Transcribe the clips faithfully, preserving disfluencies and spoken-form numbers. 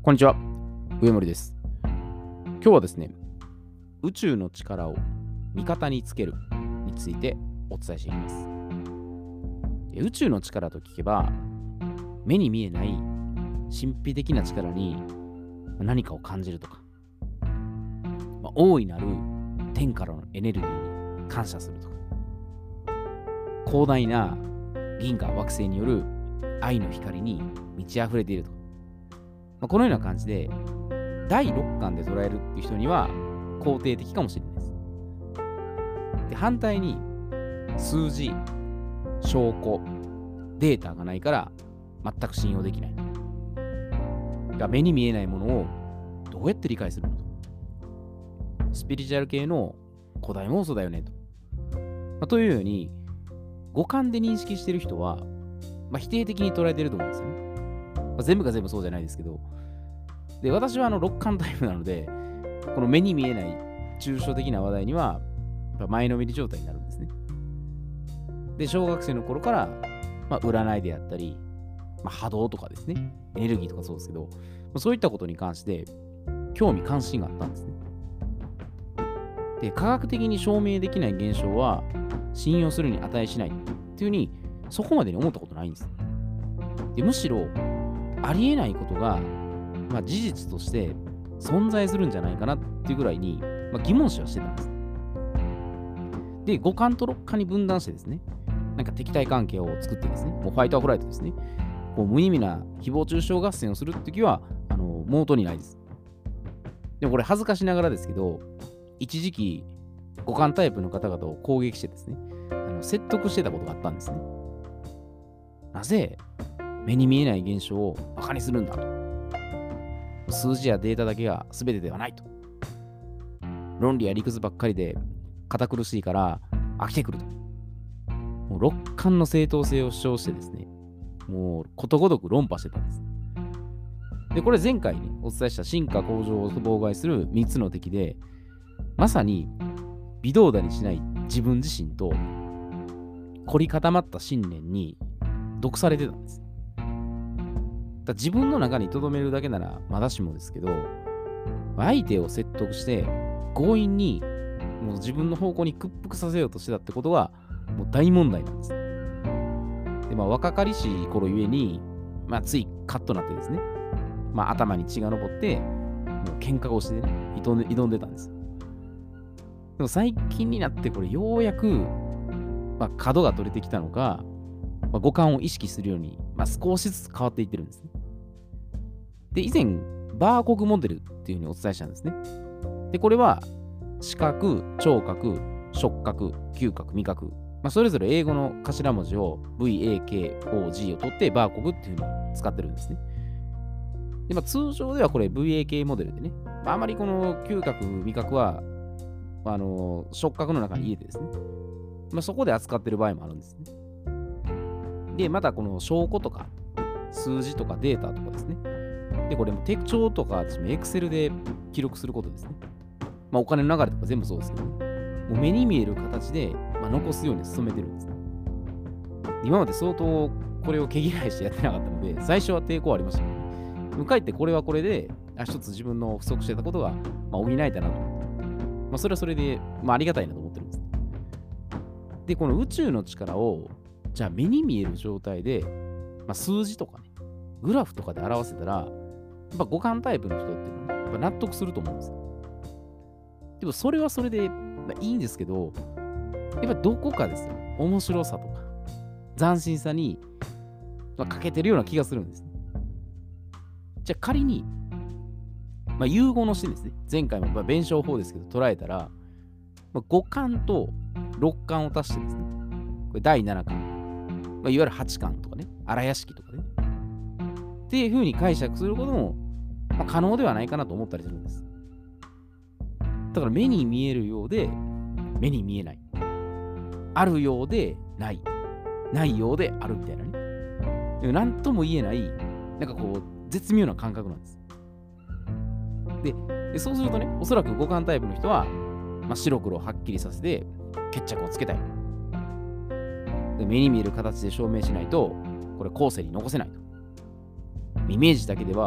こんにちは、上森です。今日はですね、宇宙の力を味方につけるについてお伝えしていきます。で宇宙の力と聞けば、目に見えない神秘的な力に何かを感じるとか、まあ、大いなる天からのエネルギーに感謝するとか、広大な銀河惑星による愛の光に満ち溢れているとか、まあ、このような感じで第六感で捉えるっていう人には肯定的かもしれないです。で反対に数字、証拠、データがないから全く信用できない。が目に見えないものをどうやって理解するのと。スピリチュアル系の古代妄想だよねと。まあ、というように五感で認識している人は、まあ、否定的に捉えていると思うんですよね。まあ、全部が全部そうじゃないですけど。で、私はあの六感タイプなので、この目に見えない抽象的な話題には、やっぱ前のめり状態になるんですね。で、小学生の頃から、まあ、占いであったり、まあ、波動とかですね、エネルギーとかそうですけど、そういったことに関して興味関心があったんですね。で、科学的に証明できない現象は信用するに値しないっていうふうに、そこまでに思ったことないんです。で、むしろ、ありえないことが、まあ、事実として存在するんじゃないかなっていうぐらいに、まあ、疑問視はしてたんです。で、五感と六感に分断してですね、なんか敵対関係を作ってですね、もうファイトアフライトですね、こう無意味な誹謗中傷合戦をするって気は、あの、毛頭にないです。でもこれ恥ずかしながらですけど、一時期、五感タイプの方々を攻撃してですね、あの説得してたことがあったんですね。なぜ目に見えない現象をバカにするんだと。数字やデータだけが全てではないと。論理や理屈ばっかりで堅苦しいから飽きてくると。もう六感の正当性を主張してですね、もうことごとく論破してたんです。で、これ前回にお伝えした進化向上を妨害するみっつの敵で、まさに微動だにしない自分自身と凝り固まった信念に毒されてたんです。だ自分の中に留めるだけならまだしもですけど、相手を説得して強引にもう自分の方向に屈服させようとしてたってことがもう大問題なんです。で、まあ若かりしい頃ゆえに、まあついカッとなってですね、まあ頭に血が上って、もう喧嘩をしてね、挑んで、挑んでたんです。でも最近になってこれようやく、まあ角が取れてきたのか、まあ、五感を意識するように、まあ、少しずつ変わっていってるんですね。で、以前、バーコグモデルっていうふうにお伝えしたんですね。で、これは、視覚、聴覚、触覚、嗅覚、味覚、まあ、それぞれ英語の頭文字を ブイエーケーオージー を取ってバーコグっていうふうに使ってるんですね。で、まあ、通常ではこれ ブイエーケー モデルでね、まあ、あまりこの嗅覚、味覚は、あのー、触覚の中に入れてですね、まあ、そこで扱ってる場合もあるんですね。で、またこの証拠とか、数字とかデータとかですね。で、これも手帳とか、私も Excel で記録することですね。まあ、お金の流れとか全部そうですけどね。もう目に見える形で、まあ、残すように努めてるんですね。今まで相当これを毛嫌いしてやってなかったので、最初は抵抗ありましたけどね。向かってこれはこれで、あ一つ自分の不足してたことが、まあ、補えたなと。まあ、それはそれで、まあ、ありがたいなと思ってるんです。で、この宇宙の力を、じゃあ目に見える状態で、まあ、数字とかね、グラフとかで表せたら、やっぱ五感タイプの人っていうのは、ね、やっぱ納得すると思うんですよ。でもそれはそれで、まあ、いいんですけど、やっぱどこかですよ、面白さとか、斬新さに、まあ、欠けてるような気がするんですね。じゃあ仮に、まあ、融合の視点ですね。前回もまあ弁証法ですけど、捉えたら、まあ、五感と六感を足してですね、これだいななかん。まあ、いわゆる八巻とかね、荒屋敷とかね。っていう風に解釈することも、まあ、可能ではないかなと思ったりするんです。だから目に見えるようで、目に見えない。あるようでない。ないようであるみたいなね。なんとも言えない、なんかこう、絶妙な感覚なんです。で、でそうするとね、おそらく五感タイプの人は、まあ、白黒をはっきりさせて、決着をつけたい。で目に見える形で証明しないと、これ後世に残せないと。イメージだけでは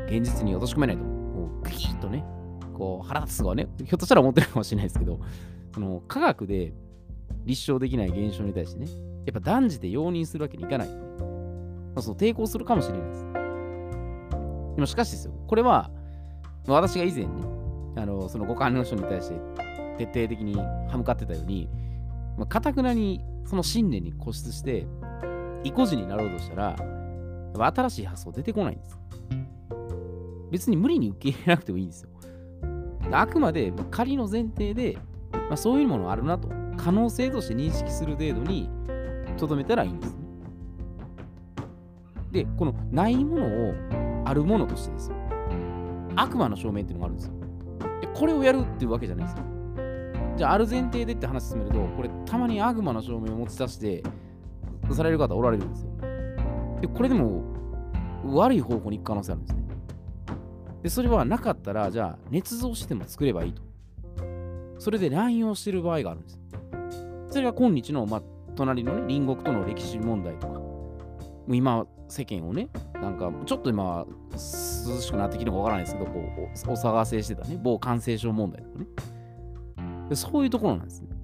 現実に落とし込めないと、もうグキッとね、こう腹立つとかね、ひょっとしたら思ってるかもしれないですけど、その科学で立証できない現象に対してね、やっぱ断じて容認するわけにいかないよね。まあ、その抵抗するかもしれないです。でもしかしですよ、これは、私が以前ね、あの、その五感の人に対して徹底的に歯向かってたように、まあ、堅くなにその信念に固執して、意固地になろうとしたら、やっぱ新しい発想出てこないんです。別に無理に受け入れなくてもいいんですよ。あくまで仮の前提で、まあ、そういうものあるなと、可能性として認識する程度にとどめたらいいんですね。で、このないものをあるものとしてですよ。悪魔の証明っていうのがあるんですよ。で、これをやるっていうわけじゃないですよ。じゃあ、ある前提でって話進めると、これ、たまに悪魔の証明を持ち出して、される方おられるんですよ。で、これでも、悪い方向に行く可能性あるんですね。で、それはなかったら、じゃあ、捏造しても作ればいいと。それで乱用してる場合があるんですよ。それが今日の、まあ、隣のね、隣国との歴史問題とか、もう今、世間をね、なんか、ちょっと今、涼しくなってきてるのかわからないですけど、こう、お騒がせしてたね、某感染症問題とかね。でそういうところなんですね。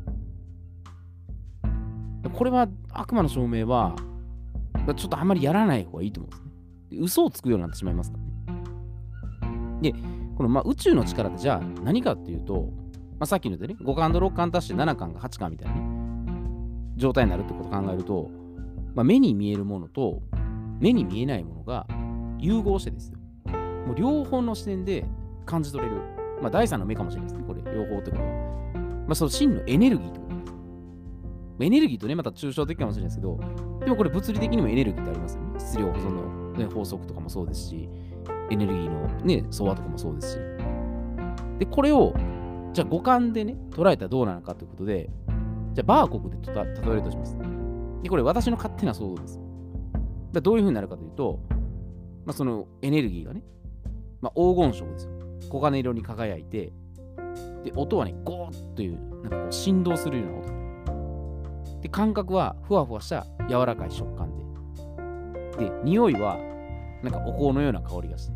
これは、悪魔の証明は、ちょっとあんまりやらない方がいいと思うんですね。で嘘をつくようになってしまいますからね。で、この、まあ、宇宙の力ってじゃあ何かっていうと、まあ、さっきのでね、ごかんとろっかん足してななかんがはちかんみたいなね、状態になるってことを考えると、まあ、目に見えるものと目に見えないものが融合してですよ。もう両方の視点で感じ取れる。まあ、第三の目かもしれないですね、これ、両方ってことは。まあ、その真のエネルギーってことです。エネルギーとね、また抽象的かもしれないですけど、でもこれ物理的にもエネルギーってありますよね。質量保存の、ね、法則とかもそうですし、エネルギーのね、総和とかもそうですし。で、これを、じゃあ五感でね、捉えたらどうなのかということで、じゃあバー国でとた例えるとします。で、これ私の勝手な想像です。だどういう風になるかというと、まあ、そのエネルギーがね、まあ、黄金色ですよ。黄金色に輝いて、で、音はね、ゴーッという、なんかこう振動するような音。で、感覚はふわふわした柔らかい食感で。で、匂いは、なんかお香のような香りがして。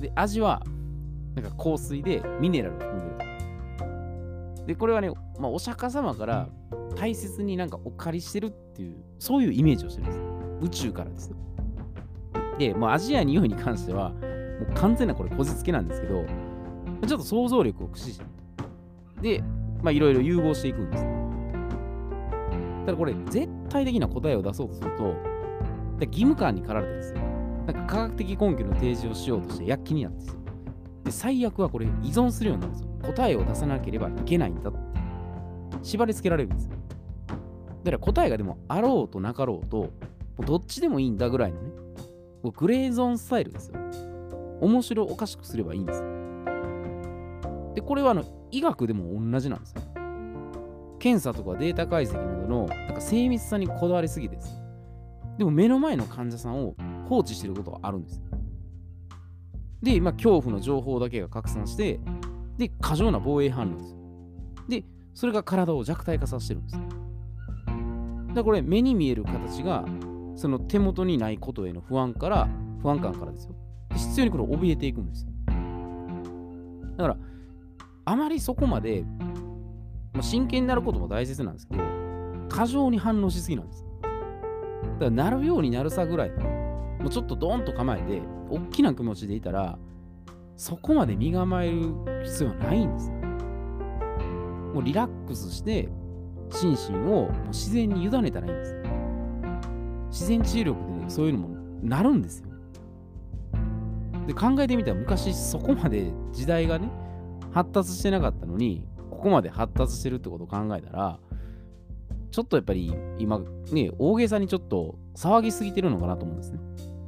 で、味は、なんか香水でミネラルを含んでると。で、これはね、まあ、お釈迦様から大切になんかお借りしてるっていう、そういうイメージをしてるんです。宇宙からですよ。で、もう味や匂いに関しては、もう完全なこれこじつけなんですけど、ちょっと想像力を駆使して、で、まあいろいろ融合していくんです。ただこれ、絶対的な答えを出そうとすると、義務感に駆られてですよ。なんか科学的根拠の提示をしようとして躍起になってですよ。で、最悪はこれ依存するようになるんですよ。答えを出さなければいけないんだって。縛り付けられるんですよ。だから答えがでもあろうとなかろうと、どっちでもいいんだぐらいのね、グレーゾーンスタイルですよ。面白おかしくすればいいんです。で、これはあの医学でも同じなんですよ。検査とかデータ解析などのなんか精密さにこだわりすぎです。でも目の前の患者さんを放置していることがあるんです。で、まあ、恐怖の情報だけが拡散して、で、過剰な防衛反応です。で、それが体を弱体化させてるんです。だからこれ、目に見える形が、その手元にないことへの不安から、不安感からですよ。必要にこれを怯えていくんです。だから、あまりそこまで、まあ、真剣になることも大切なんですけど、過剰に反応しすぎなんです。だから、なるようになるさぐらい、もうちょっとドーンと構えて、大きな気持ちでいたら、そこまで身構える必要はないんです。もうリラックスして、心身をもう自然に委ねたらいいんです。自然治癒力で、ね、そういうのもなるんですよ。で、考えてみたら昔そこまで時代がね、発達してなかったのに、ここまで発達してるってことを考えたら、ちょっとやっぱり今ね、大げさにちょっと騒ぎすぎてるのかなと思うんですね。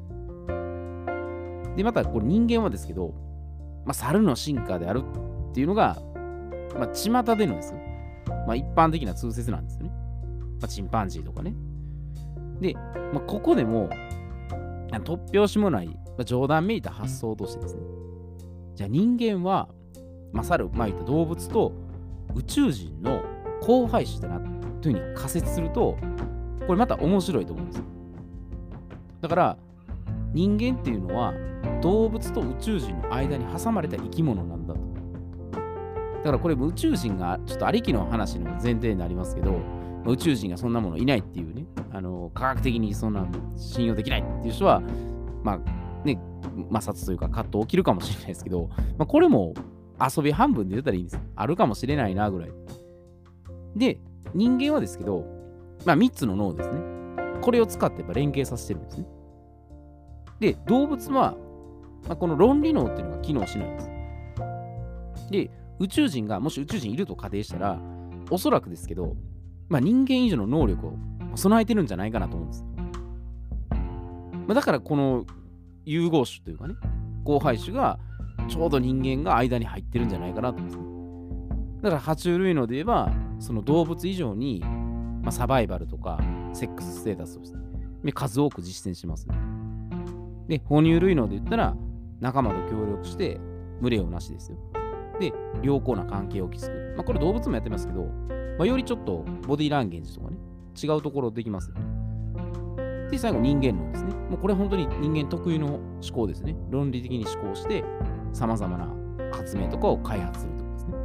で、またこれ人間はですけど、まあ、猿の進化であるっていうのが、まあ、巷でのですよ。まあ、一般的な通説なんですよね。まあ、チンパンジーとかね。で、まあ、ここでも、突拍子もない、まあ、冗談めいた発想としてですね。じゃあ人間は、まあ、猿、まあ、いった動物と宇宙人の交配種だなというふうに仮説すると、これまた面白いと思うんですよ。だから、人間っていうのは動物と宇宙人の間に挟まれた生き物なんだと。だからこれ宇宙人がちょっとありきの話の前提になりますけど、宇宙人がそんなものいないっていうね、あの科学的にそんな信用できないっていう人は、まあね、摩擦というか葛藤起きるかもしれないですけど、まあ、これも遊び半分で言ったらいいんです。あるかもしれないなぐらい。で、人間はですけど、まあみっつの脳ですね。これを使ってやっぱ連携させてるんですね。で、動物は、まあ、この論理脳っていうのが機能しないんです。で、宇宙人がもし宇宙人いると仮定したら、おそらくですけど、まあ、人間以上の能力を備えてるんじゃないかなと思うんです。まあ、だからこの融合種というかね、交配種がちょうど人間が間に入ってるんじゃないかなと思うんですね。だから爬虫類脳で言えば、その動物以上に、まあ、サバイバルとかセックスステータスとして、数多く実践します。で、哺乳類脳で言ったら、仲間と協力して群れをなしですよ。で、良好な関係を築く。まあ、これ動物もやってますけど、まあ、よりちょっとボディーランゲージとかね、違うところできますよね。で、最後、人間脳ですね。もうこれ本当に人間特有の思考ですね。論理的に思考して、様々な発明とかを開発するとかですね。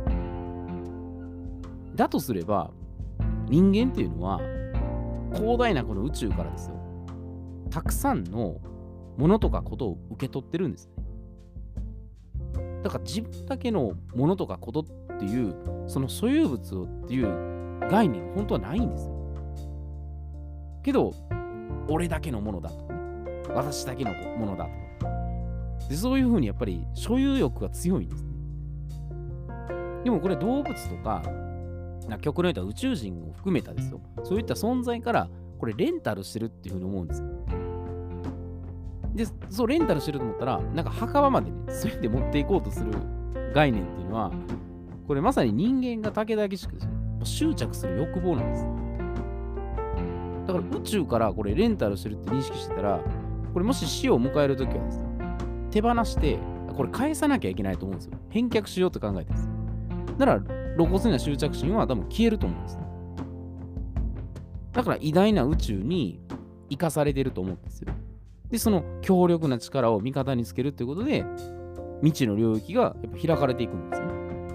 だとすれば、人間っていうのは、広大なこの宇宙からですよ、たくさんのものとかことを受け取ってるんですね。だから自分だけのものとかことっていう、その所有物をっていう概念が本当はないんですよ。けど、俺だけのものだとかね、私だけのものだとか。で、そういうふうにやっぱり所有欲が強いんですね。でもこれ動物とか、極論言ったら宇宙人を含めたですよ。そういった存在からこれレンタルしてるっていうふうに思うんですよ。で、そうレンタルしてると思ったら、なんか墓場までね、そうやって持っていこうとする概念っていうのは、これまさに人間が武田儀しくですよ。執着する欲望なんです。だから宇宙からこれレンタルしてるって認識してたら、これもし死を迎えるときはですね、手放して、これ返さなきゃいけないと思うんですよ。返却しようと考えてるんです。だから露骨な執着心は多分消えると思うんですね。だから偉大な宇宙に生かされてると思うんですよ。で、その強力な力を味方につけるということで、未知の領域がやっぱ開かれていくんですね。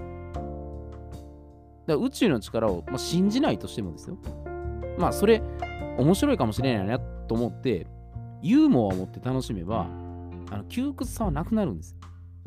だから宇宙の力を、まあ、信じないとしてもですよ。まあ、それ、面白いかもしれないなと思って、ユーモアを持って楽しめば、あの窮屈さはなくなるんですよ。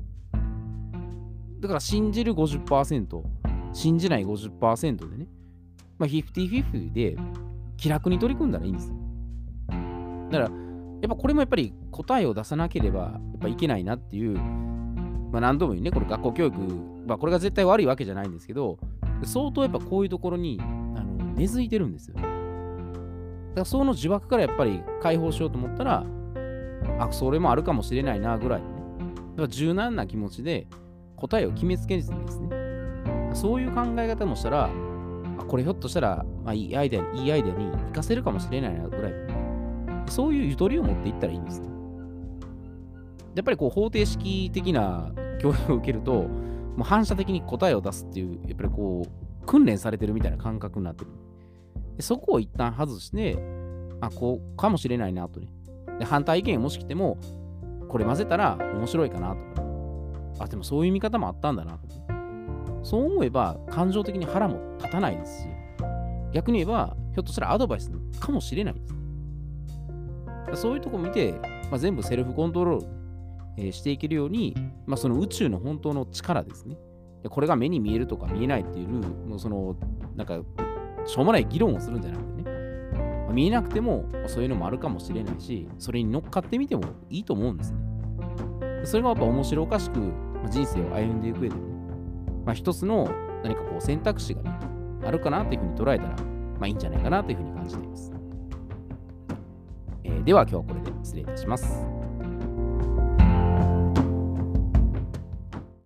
だから信じる ごじゅっパーセント、信じない ごじゅっパーセント でね、まあ、フィフティーフィフティー で気楽に取り組んだらいいんですよ。だから、やっぱこれもやっぱり答えを出さなければやっぱいけないなっていう、まあ何度も言うね、これ学校教育、まあこれが絶対悪いわけじゃないんですけど、相当やっぱこういうところにあの根付いてるんですよ。だからその呪縛からやっぱり解放しようと思ったら、あ、それもあるかもしれないなぐらいね。だから柔軟な気持ちで答えを決めつけずにですね、そういう考え方もしたら、あ、これひょっとしたら、まあいいアイデアに、いいアイデアに活かせるかもしれないなぐらい。そういうゆとりを持っていったらいいんですね。やっぱりこう方程式的な教育を受けると、もう反射的に答えを出すっていう、やっぱりこう、訓練されてるみたいな感覚になってる。でそこを一旦外して、あ、こうかもしれないなとね。で反対意見がもし来ても、これ混ぜたら面白いかなとか、ね、あ、でもそういう見方もあったんだなとか、ね。そう思えば感情的に腹も立たないですし、逆に言えば、ひょっとしたらアドバイスかもしれないです。そういうとこ見て、まあ、全部セルフコントロール、えー、していけるように、まあ、その宇宙の本当の力ですね。でこれが目に見えるとか見えないっていうルールの、その、なんか、しょうもない議論をするんじゃなくてね、まあ、見えなくても、まあ、そういうのもあるかもしれないし、それに乗っかってみてもいいと思うんですね。それがやっぱ面白おかしく、まあ、人生を歩んでいく上でね、まあ、一つの何かこう選択肢が、ね、あるかなというふうに捉えたら、まあいいんじゃないかなというふうに感じています。えー、では今日はこれで失礼いたします。